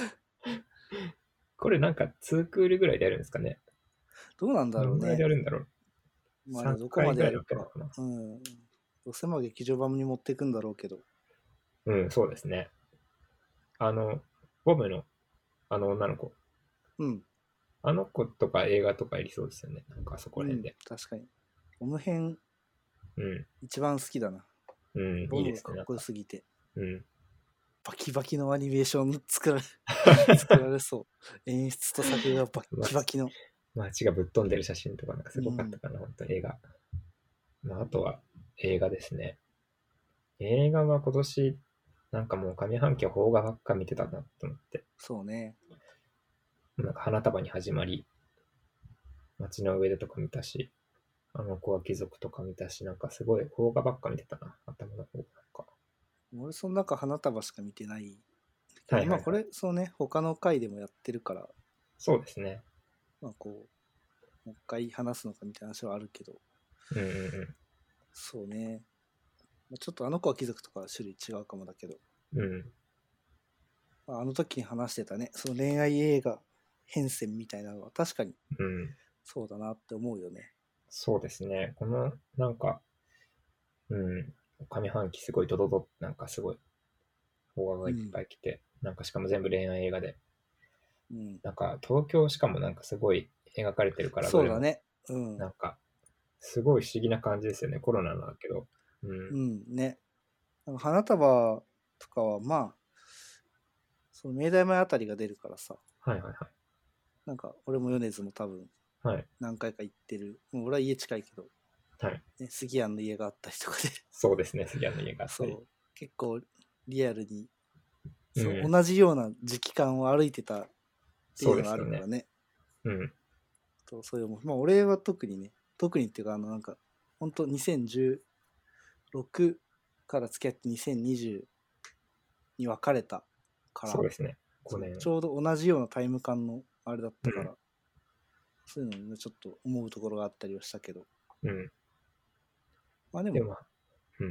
これなんかにクールぐらいでやるんですかね。 どうなんだろうね。 どのぐらいでやるんだろう。 まあ、どこまでやるか。うん。どうせも劇場版に持っていくんだろうけど。 うん、そうですね。あの、ボムの、あの女の子。 うん。 あの子とか映画とかやりそうですよね。なんかそこら辺で。 うん、確かに。この辺、 うん、 一番好きだな。 うん、 ボムがかっこよすぎて。 うん。 バキバキのアニメーション作られ作られそう。演出と作画バキバキの。 街がぶっ飛んでる写真とかなんかすごかったかな、うん、本当に映画。まあ、あとは映画ですね。映画は今年、なんかもう上半期は邦画ばっか見てたなと思って。 そうね。 なんか花束に始まり、街の上でとか見たし、あの子は貴族とか見たし、なんかすごい邦画ばっか見てたな、頭の方なんか。 俺その中花束しか見てない。はいはいはい、まあこれ、そうね、他の回でもやってるから。 そうですね。 まあこう、もう一回話すのかみたいな話はあるけど。 うんうんうん。 そうね。ちょっとあの子は貴族とか種類違うかもだけど。 うん。 あの時に話してたね、その恋愛映画変遷みたいなのは確かにそうだなって思うよね。 うん、そうですね。このなんか、うん、上半期すごいドドドなんかすごい邦画がいっぱい来て、うん、なんかしかも全部恋愛映画で、うん、なんか東京しかもなんかすごい描かれてるから、 そうだね。うん。 なんかすごい不思議な感じですよね。コロナなんだけど。 うん、うん、ね。花束とかはまあその明大前あたりが出るからさ。 はいはいはい。 なんか俺も米津も多分何回か行ってる。はい、もう俺は家近いけど。 はい。 ね、杉谷の家があったりとかで。 そうですね、杉谷の家があったり。 そう。結構リアルに、うん、そう同じような時期間を歩いてたっていうのがあるからね。 そうですよね。うん。 とそういう、まあ俺は特にね、特にっていうか、あのなんか、本当にせんじゅうろくから付き合ってにせんにじゅうに別れたから、 そうですね。ごねん。 ちょうど同じようなタイム感のあれだったから、うん、そういうのに、ね、ちょっと思うところがあったりはしたけど。 うん。 まあでも、 でもうん。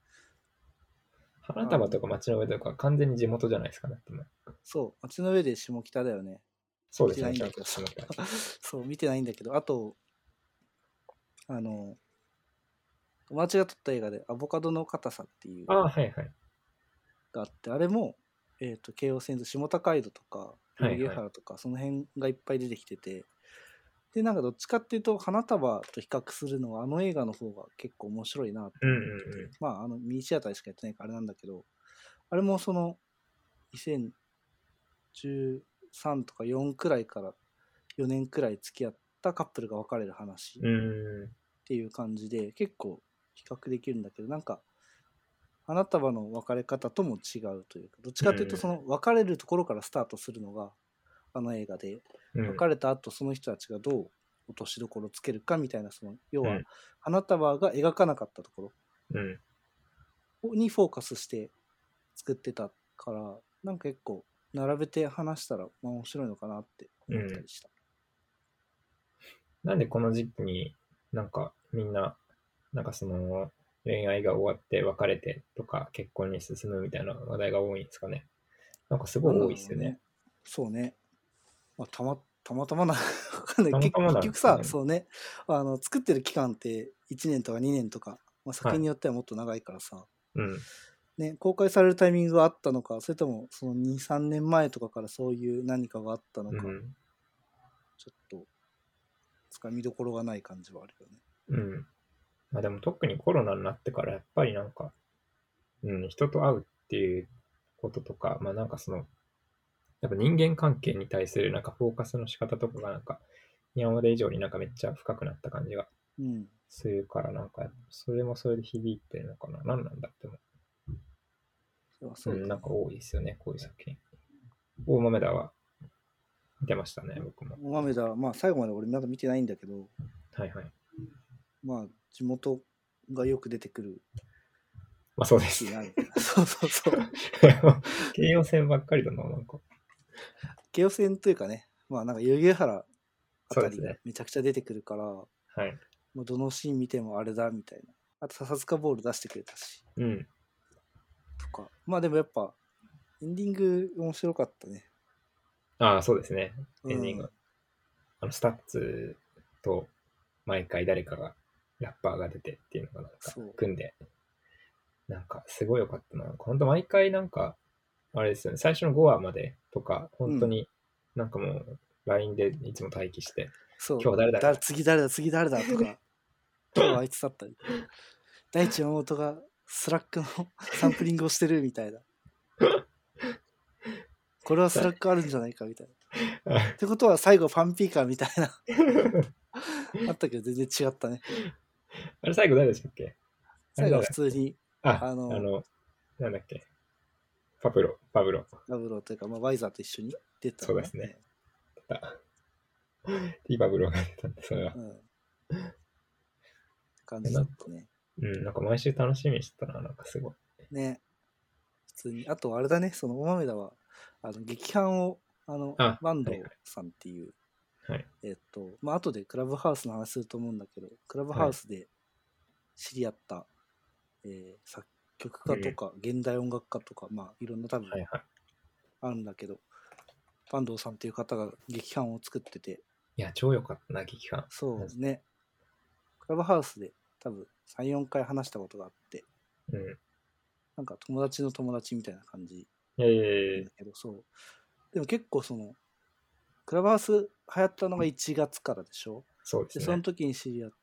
花束とか街の上とか完全に地元じゃないですかね。 そう、街の上で下北だよね。 そうですね。 見てないんだけどそう、見てないんだけど、あと、あの、友達が撮った映画でアボカドの硬さっていう。 ああ、はいはい。 があって、あれも、えっと、京王線と下高井戸とか、上原とか、その辺がいっぱい出てきてて、 で、なんかどっちかっていうと、花束と比較するのは、あの映画の方が結構面白いなって思ってて、うんうんうん、まあ、あの、ミニシアターしかやってないからあれなんだけど、あれもその、にせんじゅうさんとかよんくらいからよねんくらい付き合ったカップルが別れる話っていう感じで、結構比較できるんだけど、なんか、花束の別れ方とも違うというか、どっちかというと、その別れるところからスタートするのが、あの映画で、別れた後その人たちがどう落としどころをつけるかみたいな、その要は花束が描かなかったところにフォーカスして作ってたから、なんか結構並べて話したら面白いのかなって思ったりした、 うん、なんでこの時期になんかみんななんかその恋愛が終わって別れてとか結婚に進むみたいな話題が多いんですかね。なんかすごい多いですよね。 ねそうね、まあ、たまたまたまなかんない結局さ、そうね、あの作ってる期間っていちねんとかにねんとか、まあ、作品によってはもっと長いからさ、はいうんね、公開されるタイミングがあったのか、それともそのに、さんねんまえとかからそういう何かがあったのか、うん、ちょっとつかみどころがない感じはあるよね。 うん。まあでも特にコロナになってからやっぱりなんか、うん、人と会うっていうこととか、まあなんかその、やっぱ人間関係に対するなんかフォーカスの仕方とかがなんか、今まで以上になんかめっちゃ深くなった感じがするからなんか、それもそれで響いてるのかな。何なんだっても。そうそう、ね、うん、なんか多いですよね、こういう作品。大豆田は見てましたね、僕も。 大豆田、まあ最後まで俺まだ見てないんだけど、 はいはい。 まあ地元がよく出てくる。 まあそうです。 そうそうそう。 京葉線ばっかりだな、なんか。 京葉線というかね、まあなんか代々木原あたりがめちゃくちゃ出てくるから、ね、はい。もうどのシーン見てもあれだみたいな。あと笹塚ボール出してくれたし。うん。とか。まあでもやっぱエンディング面白かったね。 ああ、そうですね。エンディング。うん、あのスタッツと毎回誰かがラッパーが出てっていうのがなんか組んで、なんかすごい良かったな。本当毎回なんか、あれですよね、最初のごわまでとか、本当になんかもう ライン でいつも待機して、 そう、今日誰だ次誰だ次誰だとか、今日はあいつだったり。大地山本がスラックのサンプリングをしてるみたいな。これはスラックあるんじゃないかみたいな。ってことは最後ファンピーカーみたいな。あったけど全然違ったね。 あれ最後誰でしたっけ？ 最後は普通に、 あ、あの、あのなんだっけ。パブロ、パブロ。 パブロというか、まあ、ワイザーと一緒に出た、 ね。そうですね。出た。ティーパブロが出たんで、それは。うん。 感じだったね。 うん、なんか毎週楽しみにしてたな、なんかすごい。 ね。普通に。あと、あれだね、その、大豆田は、あの、劇伴を、あの、あ坂東さんっていう、はいはい、えっと、まあ、後でクラブハウスの話すると思うんだけど、クラブハウスで知り合った、はい、えー、作曲家とか、現代音楽家とか、まあ、いろんな多分、あるんだけど、坂東さんっていう方が劇伴を作ってて。 いや、超良かったな、劇伴。 そうね。クラブハウスで多分さん、よんかい話したことがあって、うん、なんか友達の友達みたいな感じなんだけど、そう。でも結構その、クラブハウス流行ったのがいちがつからでしょ？ そうですね。 で、その時に知り合って、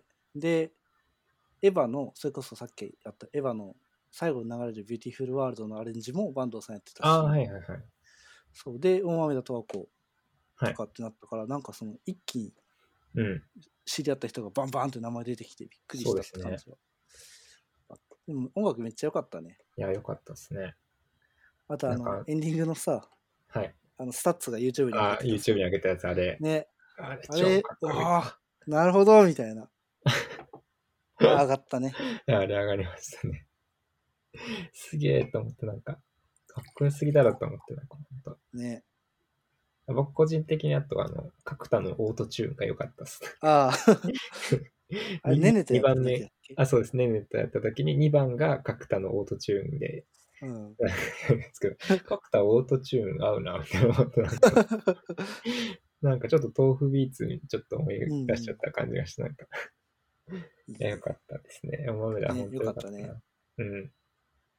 で、エヴァの、それこそさっきやったエヴァの最後に流れるビューティフルワールドのアレンジも坂東さんやってたし、 あ、はいはいはい。 そう。で、大豆田十和子とかってなったから、はい、なんかその一気に知り合った人がバンバンって名前出てきてびっくりしたって感じは。でも音楽めっちゃ良かったね。 いや、良かったですね。 あとあの、エンディングのさ、はい、あのスタッツが YouTube に上げてた。あ、YouTube に上げたやつ、あれ。 ね。あれ、あれああ、なるほど、みたいな。上がったね。 いや、あれ上がりましたね。すげえと思って、なんか、かっこよすぎだろと思って、なんか、本当。ね。僕個人的にあとあの角田のオートチューンが良かったです。ああ。あれねねとやった時だっけ？あ、そうですねねとやった時ににばんが角田のオートチューンで、うん、角田オートチューン合うなって思ってなんかなんかちょっと豆腐ビーツにちょっと思い出しちゃった感じがして、なんか、うん、いや良かったですね。おもめだ、本当に良かったね。うん。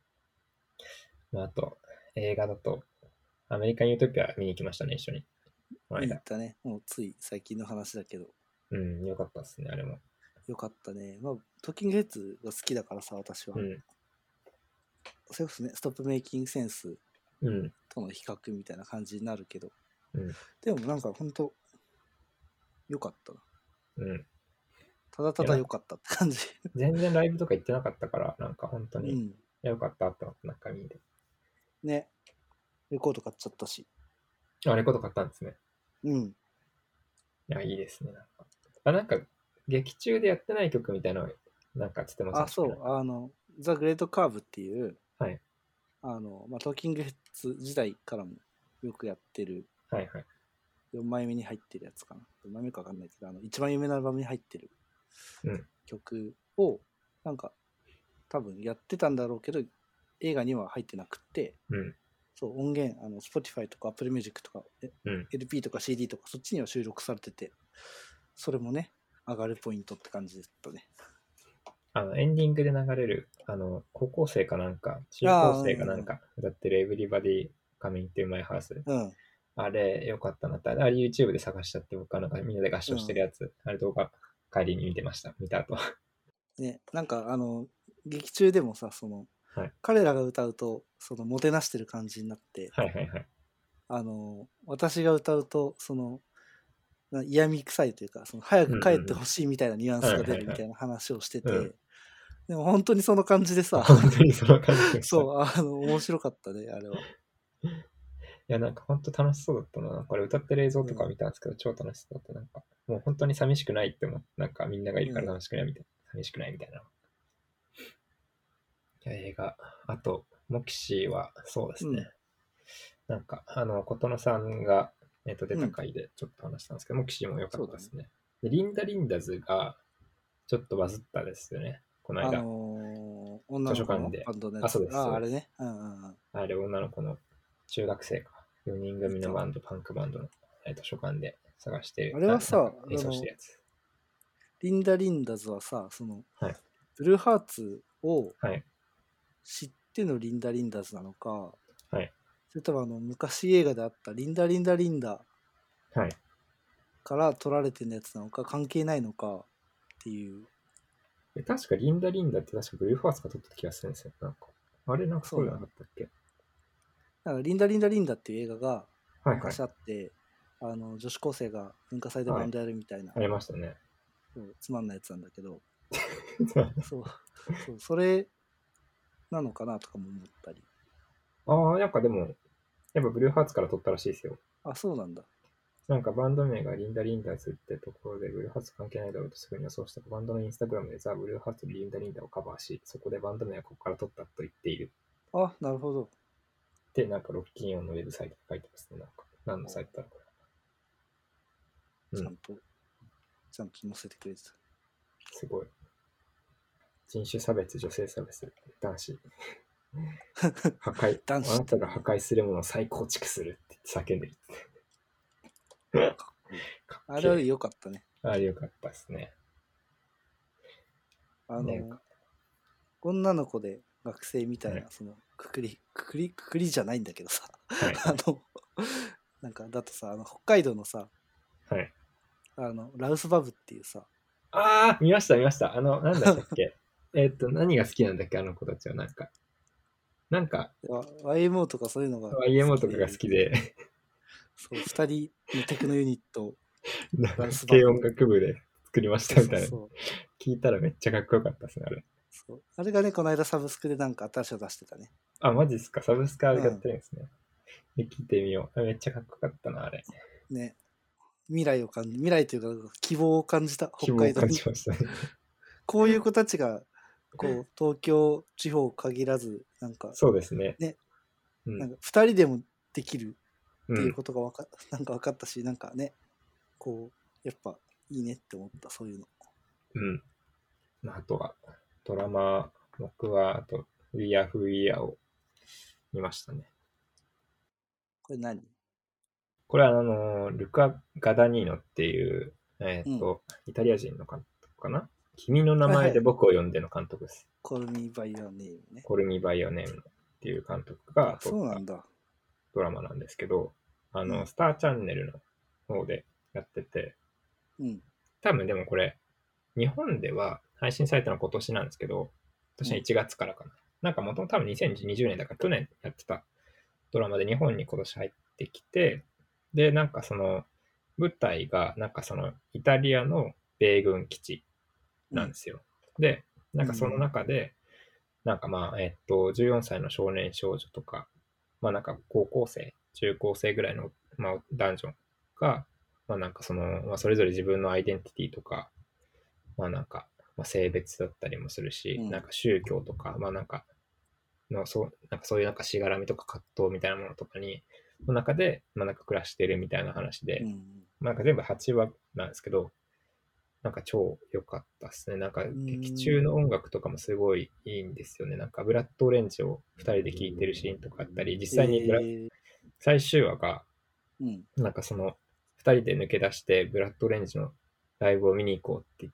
まあ、あと映画だとアメリカンユートピア見に行きましたね、一緒に。 見に行ったね。もうつい最近の話だけど。 うん、よかったですね、あれも。 よかったね。まあ、トーキングヘッズが好きだからさ、私は。うん、それこそね、ストップメイキングセンスとの比較みたいな感じになるけど。 うん、 でもなんか本当よかったな。 うん。 ただただよかったって感じ。 全然ライブとか行ってなかったから、なんか本当に、うん、よかったって思って、なんか見て。 ね。レコード買っちゃったし。 あ、レコード買ったんですね。 うん。 いや、いいですね。なんか、あ、なんか、劇中でやってない曲みたいなのなんかつってましたね。 あ、そう。あの、ザ・グレート・カーブっていう、 はい。 あの、まあ、トーキングヘッズ時代からもよくやってる、 はいはい。 よんまいめに入ってるやつかな。よんまいめかわかんないけど、あの、一番有名なアルバムに入ってる曲を、なんか、多分やってたんだろうけど、映画には入ってなくって、 うん、 そう音源、あの Spotify とか Apple Music とか、うん、エルピー とか シーディー とかそっちには収録されてて、それもね、上がるポイントって感じだったね。 あのエンディングで流れる、あの高校生かなんか、中高生かなんか歌ってる Everybody Coming to My House。うん、あれ、よかったなって、あれ YouTube で探しちゃって、僕はなんかみんなで合唱してるやつ、うん、あれ動画帰りに見てました、見た後。 ね、なんかあの、劇中でもさ、その、はい、彼らが歌うと、その、もてなしてる感じになって、 はいはいはい。 あの、私が歌うと、その、嫌味臭いというか、その早く帰ってほしいみたいなニュアンスが出るみたいな話をしてて、でも本当にその感じでさ、 本当にその感じでそう、あの、面白かったね、あれは。 いや、なんか本当楽しそうだったな。これ歌ってる映像とか見たんですけど、うん、超楽しそうだった。なんか、もう本当に寂しくないって思って、なんかみんながいるから楽しくないみたいな、うん、寂しくないみたいな。いや、映画。あと、モキシーはそうですね。うん、なんか、あの、琴乃さんが、えっと、出た回でちょっと話したんですけど、うん、モキシーも良かったですね。ねでリンダ・リンダズが、ちょっとバズったですよね、この間。あのー、女の子のバンドのやつ。 あ、そうです。 あ、あれね。うんうんうん。 あれ、女の子の中学生か。よにん組のバンド、パンクバンドの図書館で探してる。 あれはさ、 演奏してるやつ。 リンダ・リンダズはさ、その、 はい、 ブルーハーツを知ってのリンダ・リンダズなのか、 はい、 それともあの昔映画であったリンダ・リンダ・リンダから撮られてるやつなのか、関係ないのかっていう。 確かリンダ・リンダって確かブルーハーツが撮った気がするんですよ。なんかあれなんかそうじゃなかったっけ？ なんかリンダ・リンダ・リンダっていう映画が昔あって、はいはい、あの女子高生が文化祭でバンドやるみたいな、 はい、ありましたね。 そうつまんないやつなんだけどそうそうそれなのかなとかも思ったり。 ああ、なんかでもやっぱブルーハーツから撮ったらしいですよ。 あ、そうなんだ。 なんかバンド名がリンダ・リンダーズってところでブルーハーツ関係ないだろうとすぐに予想したバンドのインスタグラムでザ・ブルーハーツリンダ・リンダーをカバーし、そこでバンド名はここから撮ったと言っている。 あ、なるほど。 で、なんかロッキンオンのウェブサイトに書いてますね。なんか何のサイトだろうこれ。ちゃんと、うん、ちゃんと載せてくれてた。 すごい。人種差別、女性差別、男子。破壊。男子あなたが破壊するものを再構築するって叫んでる。 あれは良かったね。 あれ良かったですね。 あの、ね、女の子で学生みたいな、はい、そのくくりくくりくくりじゃないんだけどさ、はい、あのなんかだとさ、あの北海道のさ、 はい、 あのラウスバブっていうさ、 ああ見ました見ました。あのなんだったっけえっと何が好きなんだっけあの子たちはなんかなんかワイエムオー とかそういうのがワイエムオー とかが好きでそうふたりのテクノユニット軽音楽部で作りましたみたいな。そうそうそう聞いたらめっちゃかっこよかったですねあれ。 そうあれがねこの間サブスクでなんか新しいの出してたね。 あマジですか。サブスクあれやってるんですね。うん、聞いてみよう。めっちゃかっこよかったなあれ。 ね未来を感じ未来というか希望を感じた北海道に。希望を感じましたね。 こういう子たちがこう東京地方限らずなんかそうですね。 ね、うん、なんかふたりでもできるっていうことがわか、うん、なんか分かったしなんかねこうやっぱいいねって思ったそういうの。 うん。まあ、あとはドラマ僕はあと We Are Who We Are を見ましたね。 これ何？ これはあのルカ・ガダニーノっていうえっ、ー、と、うん、イタリア人の監督かな。君の名前で僕を呼んでの監督です。 コルミバイオネームね。 コルミバイオネームっていう監督が撮ったドラマなんですけど、あの、うん、スターチャンネルの方でやってて、 うん、 多分でもこれ、日本では配信されたのは今年なんですけど、今年のいちがつからかな。うん、なんかもともと多分にせんにじゅうねんだから去年やってたドラマで日本に今年入ってきて、で、なんかその舞台がなんかそのイタリアの米軍基地なんですよ。うん、で、なんかその中で、なんかまあ、えっと、じゅうよんさいの少年少女とか、まあなんか高校生、中高生ぐらいの、まあ、男女が、まあなんかその、まあ、それぞれ自分のアイデンティティとか、まあなんか、まあ、性別だったりもするし、うん、なんか宗教とか、まあなんかの、そうなんかそういうなんかしがらみとか葛藤みたいなものとかに、の中で、まあなんか暮らしてるみたいな話で、うん、まあなんか全部はちわなんですけど、なんか超良かったですね。なんか劇中の音楽とかもすごいいいんですよね。なんかブラッドオレンジをふたりで聴いてるシーンとかあったり、実際にブラ、えー、最終話が、なんかそのふたりで抜け出してブラッドオレンジのライブを見に行こうって言って、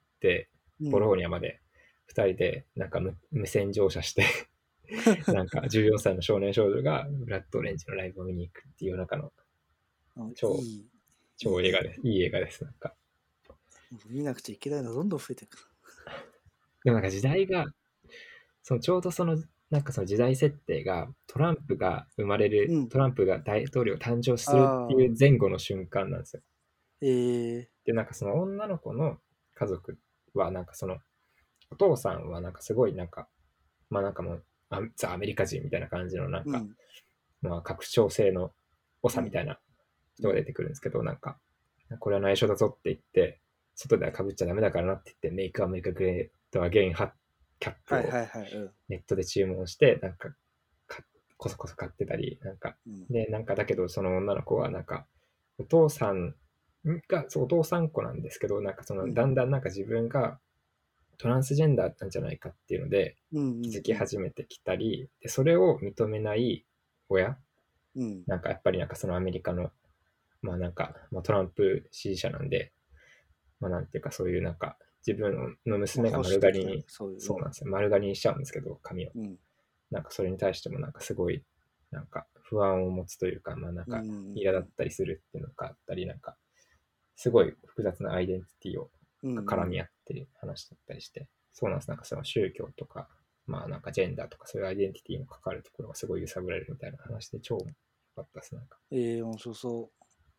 ボローニャまでふたりでなんか 無, 無線乗車してなんかじゅうよんさいの少年少女がブラッドオレンジのライブを見に行くっていう中の超、いい超映画です。いい映画です。なんか見なくちゃいけないのどんどん増えてくる。 でもなんか時代が、そのちょうどその、なんかその時代設定がトランプが生まれる、うん、トランプが大統領誕生するっていう前後の瞬間なんですよ。 えー、 で、なんかその女の子の家族はなんかその、お父さんはなんかすごいなんか、まあなんかもう、ザ・アメリカ人みたいな感じのなんか、うん、まあ拡張性の長みたいな人が出てくるんですけど、うん、なんか、これは内緒だぞって言って、外では被っちゃダメだからなって言って、メイクアメリカグレートアゲインハッキャップをネットで注文して、なんか、こそこそ買ってたり、なんか、うん、で、なんかだけどその女の子はなんか、お父さんが、そう、お父さん子なんですけど、なんかその、だんだんなんか自分がトランスジェンダーなんじゃないかっていうので、気づき始めてきたり、で、それを認めない親、うん、なんかやっぱりなんかそのアメリカの、まあなんか、まあ、トランプ支持者なんで、まあなんていうかそういうなんか、自分の娘が丸刈りに、そういう、そうなんですよ、丸刈りにしちゃうんですけど、髪を。うん、なんかそれに対してもなんかすごい、なんか不安を持つというか、まあなんか苛だったりするっていうのがあったり、なんか、すごい複雑なアイデンティティを絡み合ってる話だったりして、うんうん、そうなんです。なんかその宗教とか、まあなんかジェンダーとかそういうアイデンティティに関わるところがすごい揺さぶられるみたいな話で超良かったです。なんか。 ええー、面白そう。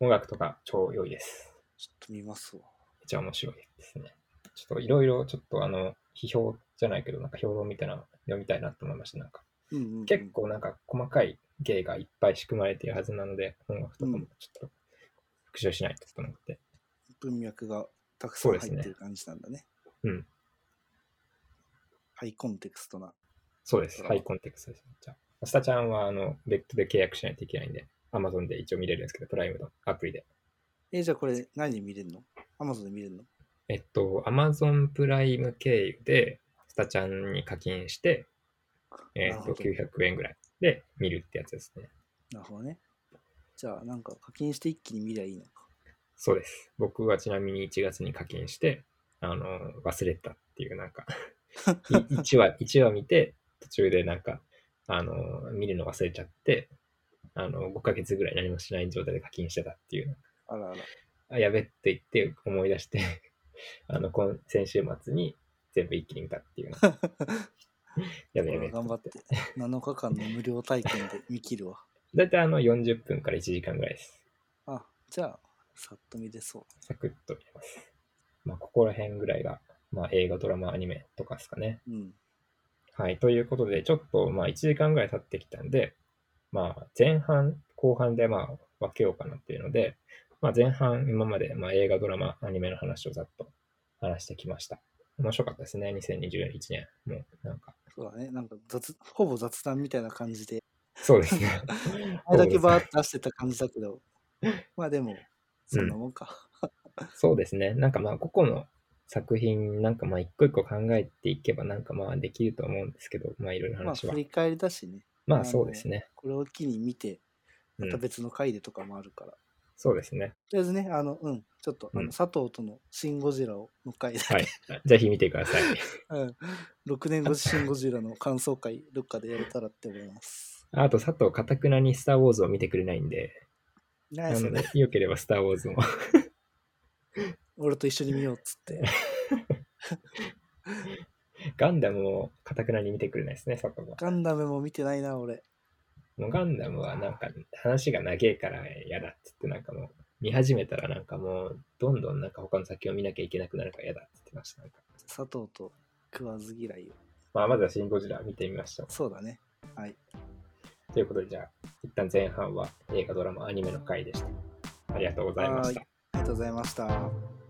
音楽とか超良いです。 ちょっと見ますわ。 めっちゃ面白いですね。ちょっといろいろちょっとあの、批評じゃないけど、なんか評論みたいなの読みたいなと思いました。なんか、うんうんうん、結構なんか細かい芸がいっぱい仕組まれているはずなので、音楽とかもちょっと復習しないとと思って。 文脈がたくさん入ってる感じなんだね。 うん。 ハイコンテクストな。 そうです。ハイコンテクストです。じゃあ、スタちゃんはあの別途で契約しないといけないんで、Amazon で一応見れるんですけど、プライムのアプリで。 えー、じゃあこれ何で見れるの？ Amazon で見れるの？ えっと、Amazon プライム経由で、スタちゃんに課金して、えっと、きゅうひゃくえんぐらいで見るってやつですね。 なるほどね。じゃあ、なんか課金して一気に見りゃいいのか。 そうです。僕はちなみにいちがつに課金して、あの、忘れたっていう、なんかいちわ、いちわ見て、途中でなんか、あの、見るの忘れちゃって、あの、ごかげつぐらい何もしない状態で課金してたっていう。 あらあら。 あ、やべって言って思い出してあの、今、先週末に全部一気に見たっていう。やべやべ。 頑張って。なのかかんの無料体験で見切るわ。 だいたいあのよんじゅっぷんからいちじかんぐらいです。 あ、じゃあ、さっと見れそう。 サクッと見れます。まあ、ここら辺ぐらいが、まあ、映画、ドラマ、アニメとかですかね。うん。はい。ということで、ちょっと、まあ、いちじかんぐらい経ってきたんで、まあ、前半、後半で、まあ、分けようかなっていうので、まあ、前半、今まで、まあ、映画、ドラマ、アニメの話をざっと話してきました。面白かったですね、にせんにじゅういちねん。もう、なんか。 そうだね。なんか雑、ほぼ雑談みたいな感じで。 そうですね。 あれだけバーッと出してた感じだけど、まあでも、そんなもんか。 うん、そうですね。なんかまあ、個々の作品、なんかまあ、一個一個考えていけば、なんかまあ、できると思うんですけど、まあ、いろいろ話は。 まあ、振り返りだしね。 まあ、そうですね。 これを機に見て、また別の回でとかもあるから。うん、 そうですね。 とりあえずね、あの、うん、ちょっと、あの、佐藤とのシン・ゴジラをの回だけ、はい、 ぜひ見てください。 うん。ろくねんごシン・ゴジラの感想会、どっかでやれたらって思います。 あと、佐藤、かたくなにスター・ウォーズを見てくれないんで。 何それ。 なので、よければスターウォーズも。 俺と一緒に見ようっつって。 ガンダムもかたくなに見てくれないですね、そこも。 ガンダムも見てないな、俺。 もうガンダムはなんか話が長えから嫌だって言って、なんかもう見始めたらなんかもうどんどんなんか他の先を見なきゃいけなくなるから嫌だって言ってました。なんか佐藤と食わず嫌いを。 まあ、まずはシン・ゴジラ見てみましょう。 そうだね。はい。 ということで、じゃあ、一旦前半は映画、ドラマ、アニメの回でした。ありがとうございました。 ありがとうございました。